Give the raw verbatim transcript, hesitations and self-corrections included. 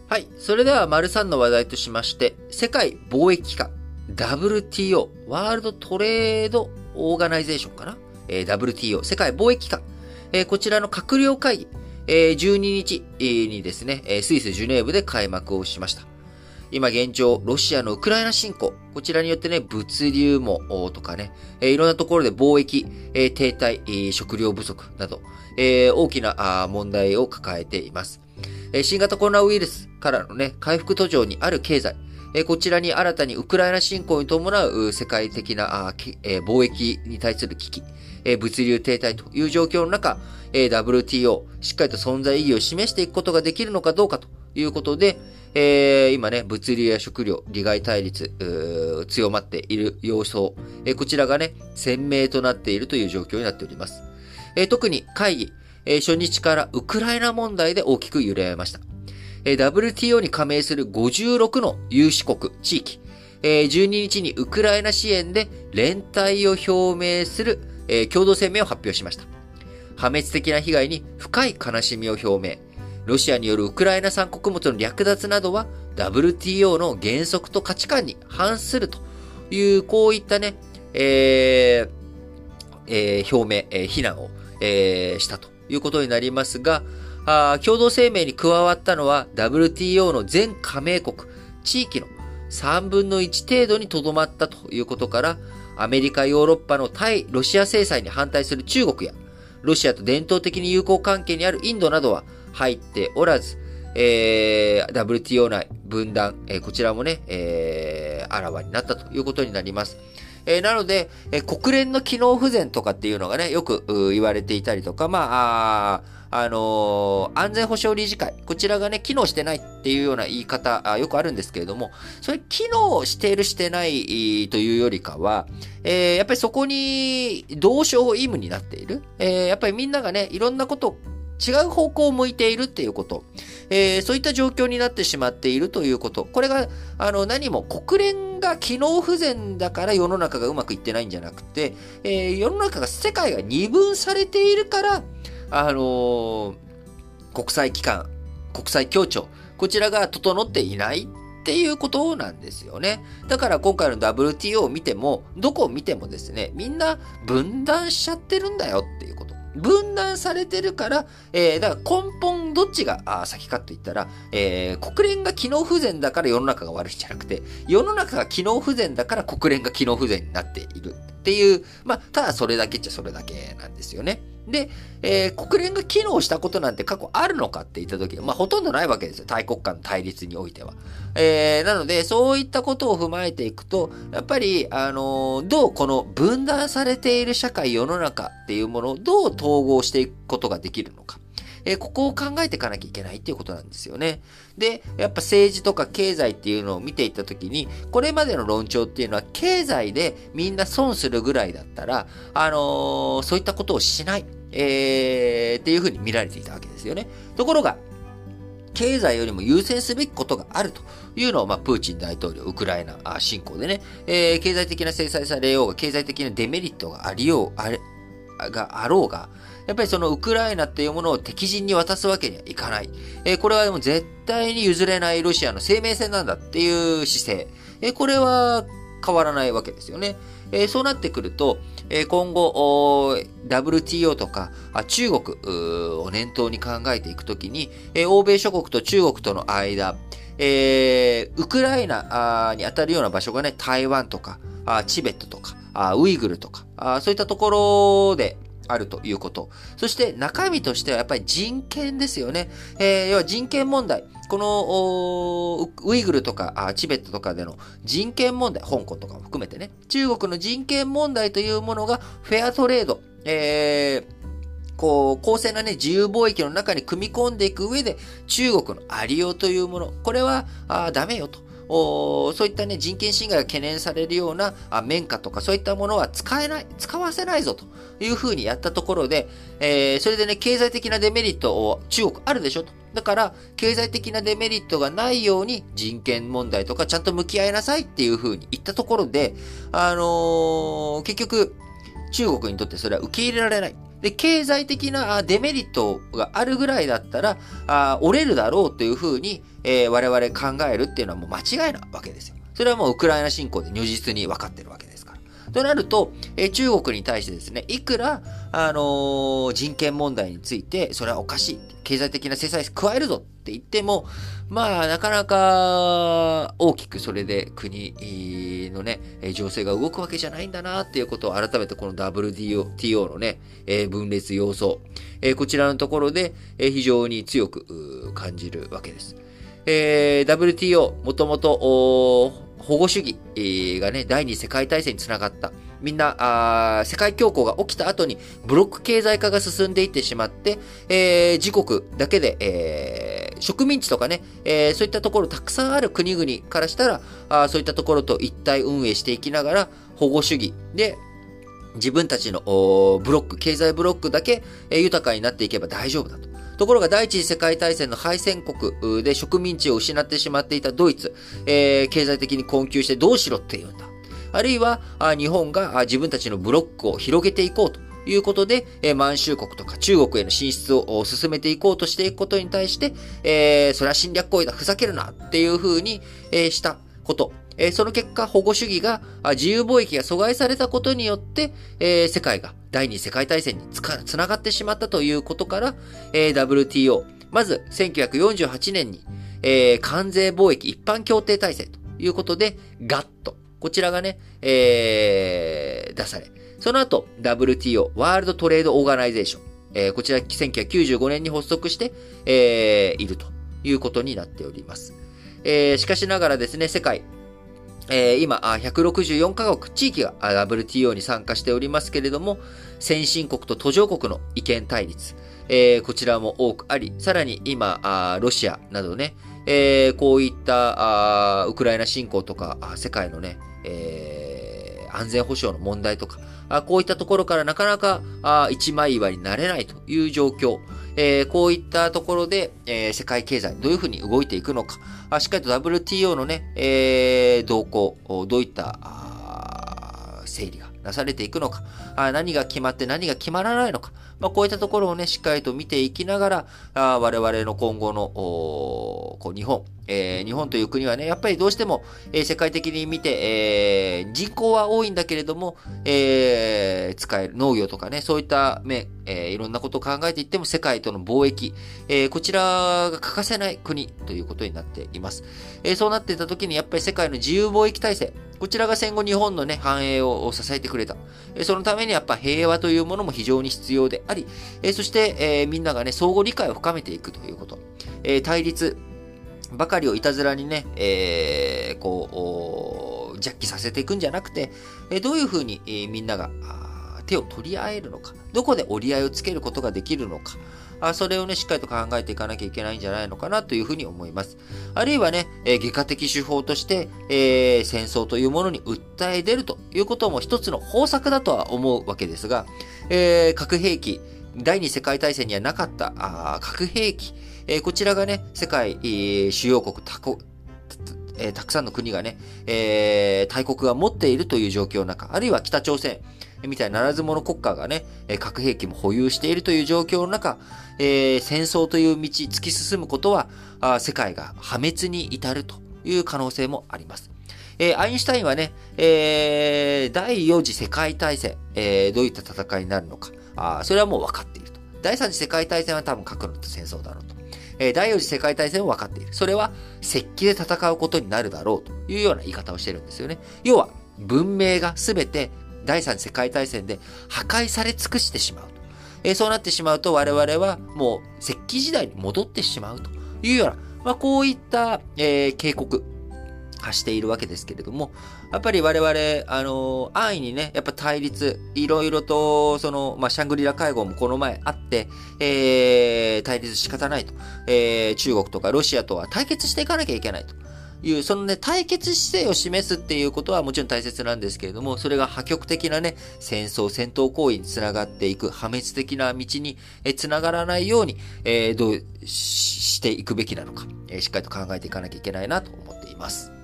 はい。それでは、丸さんの話題としまして、世界貿易機関、ダブリューティーオー、ワールドトレードオーガナイゼーションかな、えー、ダブリューティーオー、世界貿易機関、えー、こちらの閣僚会議、えー、じゅうににちにですね、スイス・ジュネーブで開幕をしました。今現状、ロシアのウクライナ侵攻、こちらによってね、物流網とかね、いろんなところで貿易、停滞、食料不足など、大きな問題を抱えています。新型コロナウイルスからのね、回復途上にある経済、こちらに新たにウクライナ侵攻に伴う世界的な貿易に対する危機、物流停滞という状況の中、ダブリューティーオー、しっかりと存在意義を示していくことができるのかどうかということで、えー、今ね、物流や食料、利害対立、強まっている様相、えー、こちらがね、鮮明となっているという状況になっております。えー、特に会議、えー、初日からウクライナ問題で大きく揺れました。えー、ダブリューティーオー に加盟するごじゅうろくの有志国、地域、えー、じゅうににちにウクライナ支援で連帯を表明する、えー、共同声明を発表しました。破滅的な被害に深い悲しみを表明。ロシアによるウクライナ産穀物の略奪などは ダブリューティーオー の原則と価値観に反するという、こういったね、えーえー、表明、えー、非難を、えー、したということになりますが、あ共同声明に加わったのは ダブリューティーオー の全加盟国、地域のさんぶんのいち程度にとどまったということから、アメリカ、ヨーロッパの対ロシア制裁に反対する中国や、ロシアと伝統的に友好関係にあるインドなどは入っておらず、えー、ダブリューティーオー 内分断、えー、こちらもね、えー、あらわになったということになります。えー、なので、えー、国連の機能不全とかっていうのがね、よく言われていたりとか、まあ、ああのー、安全保障理事会、こちらがね、機能してないっていうような言い方、あよくあるんですけれども、それ機能しているしてないというよりかは、えー、やっぱりそこに同床異夢になっている。えー、やっぱりみんながね、いろんなことを違う方向を向いているっていうこと、えー、そういった状況になってしまっているということ、これがあの何も国連が機能不全だから世の中がうまくいってないんじゃなくて、えー、世の中が世界が二分されているから、あのー、国際機関、国際協調、こちらが整っていないっていうことなんですよね。だから今回の ダブリューティーオー を見ても、どこを見てもですね、みんな分断しちゃってるんだよっていうこと。分断されてるから、えー、だから根本どっちが先かと言ったら、えー、国連が機能不全だから世の中が悪いんじゃなくて、世の中が機能不全だから国連が機能不全になっているっていう、まあ、ただそれだけっちゃそれだけなんですよね。で、えー、国連が機能したことなんて過去あるのかって言ったとき、まあ、ほとんどないわけですよ。大国間の対立においては。えー、なので、そういったことを踏まえていくと、やっぱり、あのー、どうこの分断されている社会、世の中っていうものをどう統合していくことができるのか。えー、ここを考えていかなきゃいけないっていうことなんですよね。で、やっぱ政治とか経済っていうのを見ていったときに、これまでの論調っていうのは、経済でみんな損するぐらいだったら、あのー、そういったことをしない。えー、っていうふうに見られていたわけですよね。ところが、経済よりも優先すべきことがあるというのを、まあ、プーチン大統領、ウクライナ侵攻でね、えー、経済的な制裁されようが、経済的なデメリットがありよう、あれ、があろうが、やっぱりそのウクライナっていうものを敵陣に渡すわけにはいかない。えー、これはでも絶対に譲れないロシアの生命線なんだっていう姿勢。えー、これは変わらないわけですよね。えー、そうなってくると、えー、今後 ダブリューティーオー とか中国を念頭に考えていくときに、えー、欧米諸国と中国との間、えー、ウクライナに当たるような場所がね、台湾とかチベットとかウイグルとかそういったところであるということ。そして中身としてはやっぱり人権ですよね。えー、要は人権問題。このウイグルとかチベットとかでの人権問題、香港とかも含めてね、中国の人権問題というものがフェアトレード、えー、こう、公正なね、自由貿易の中に組み込んでいく上で、中国のありようというもの、これはあダメよと。そういったね、人権侵害が懸念されるような綿花とかそういったものは使えない、使わせないぞというふうにやったところで、えー、それでね、経済的なデメリットを中国あるでしょと。だから、経済的なデメリットがないように人権問題とかちゃんと向き合いなさいっていうふうに言ったところで、あのー、結局、中国にとってそれは受け入れられない。 で、経済的なデメリットがあるぐらいだったら、あ折れるだろうというふうに、えー、我々考えるっていうのはもう間違いなわけですよ。それはもうウクライナ侵攻で如実に分かってるわけですから。となると、えー、中国に対してですね、いくら、あのー、人権問題について、それはおかしい。経済的な制裁加えるぞって言っても、まあ、なかなか大きくそれで国のね、情勢が動くわけじゃないんだなっていうことを改めてこの ダブリューティーオー のね、分裂様相、こちらのところで非常に強く感じるわけです。えー、ダブリューティーオー、もともと保護主義がね、第二次世界大戦につながった。みんな、あ世界恐慌が起きた後にブロック経済化が進んでいってしまって、えー、自国だけで、えー、植民地とかね、えー、そういったところたくさんある国々からしたら、あそういったところと一体運営していきながら、保護主義で、自分たちのブロック、経済ブロックだけ、えー、豊かになっていけば大丈夫だと。ところが第一次世界大戦の敗戦国で植民地を失ってしまっていたドイツ、えー、経済的に困窮してどうしろって言うんだ。あるいは、日本が自分たちのブロックを広げていこうということで、満州国とか中国への進出を進めていこうとしていくことに対して、えー、それは侵略行為だ、ふざけるなっていうふうに、えー、したこと。えー、その結果、保護主義が、自由貿易が阻害されたことによって、えー、世界が第二次世界大戦につか、つながってしまったということから、えー、ダブリューティーオー、まずせんきゅうひゃくよんじゅうはちねんに、えー、関税貿易一般協定体制ということで、ガット。こちらがね、えー、出され、その後、ダブリューティーオー、ワールドトレードオーガナイゼーション、えー、こちらせんきゅうひゃくきゅうじゅうごねんに発足して、えー、いるということになっております。えー、しかしながらですね、世界、えー、今、ひゃくろくじゅうよんカ国、地域が ダブリューティーオー に参加しておりますけれども、先進国と途上国の意見対立、えー、こちらも多くあり、さらに今、ロシアなどね、えー、こういったウクライナ侵攻とか、世界のね、えー、安全保障の問題とか、あこういったところからなかなかあ一枚岩になれないという状況、えー、こういったところで、えー、世界経済どういうふうに動いていくのか、あしっかりと ダブリューティーオー のね、えー、動向、どういった整理がなされていくのか、あ何が決まって何が決まらないのか、まあ、こういったところをね、しっかりと見ていきながら、あ我々の今後のこう日本、えー、日本という国はね、やっぱりどうしても、えー、世界的に見て、えー、人口は多いんだけれども、えー、使える農業とかね、そういった面、えー、いろんなことを考えていっても世界との貿易、えー、こちらが欠かせない国ということになっています。えー、そうなっていた時にやっぱり世界の自由貿易体制、こちらが戦後日本のね、繁栄を支えてくれた。えー、そのためにやっぱ平和というものも非常に必要であり、えー、そして、えー、みんながね、相互理解を深めていくということ。えー、対立、ばかりをいたずらにね、えー、こう、ジャッキさせていくんじゃなくて、えどういうふうに、えー、みんなが手を取り合えるのか、どこで折り合いをつけることができるのか、あそれをね、しっかりと考えていかなきゃいけないんじゃないのかなというふうに思います。あるいはね、えー、外科的手法として、えー、戦争というものに訴え出るということも一つの方策だとは思うわけですが、えー、核兵器、第二次世界大戦にはなかったあ核兵器、えー、こちらがね、世界、えー、主要国たこ、えー、たくさんの国がね、えー、大国が持っているという状況の中、あるいは北朝鮮みたいなならず者国家がね、核兵器も保有しているという状況の中、えー、戦争という道突き進むことは、あ世界が破滅に至るという可能性もあります。えー、アインシュタインはね、えー、第四次世界大戦、えー、どういった戦いになるのか、あそれはもう分かっていると。第三次世界大戦は多分核の戦争だろうと。えー、第四次世界大戦は分かっている。それは石器で戦うことになるだろうというような言い方をしてるんですよね。要は、文明がすべて第三次世界大戦で破壊され尽くしてしまうと。えー、そうなってしまうと我々はもう石器時代に戻ってしまうというような、まあ、こういった、えー、警告、発しているわけですけれども、やっぱり我々、あの、安易にね、やっぱ対立、いろいろと、その、まあ、シャングリラ会合もこの前あって、えー、対立仕方ないと。えー、中国とかロシアとは対決していかなきゃいけないという、そのね、対決姿勢を示すっていうことはもちろん大切なんですけれども、それが破極的なね、戦争、戦闘行為につながっていく、破滅的な道につながらないように、えー、どうしていくべきなのか、えー、しっかりと考えていかなきゃいけないなと思っています。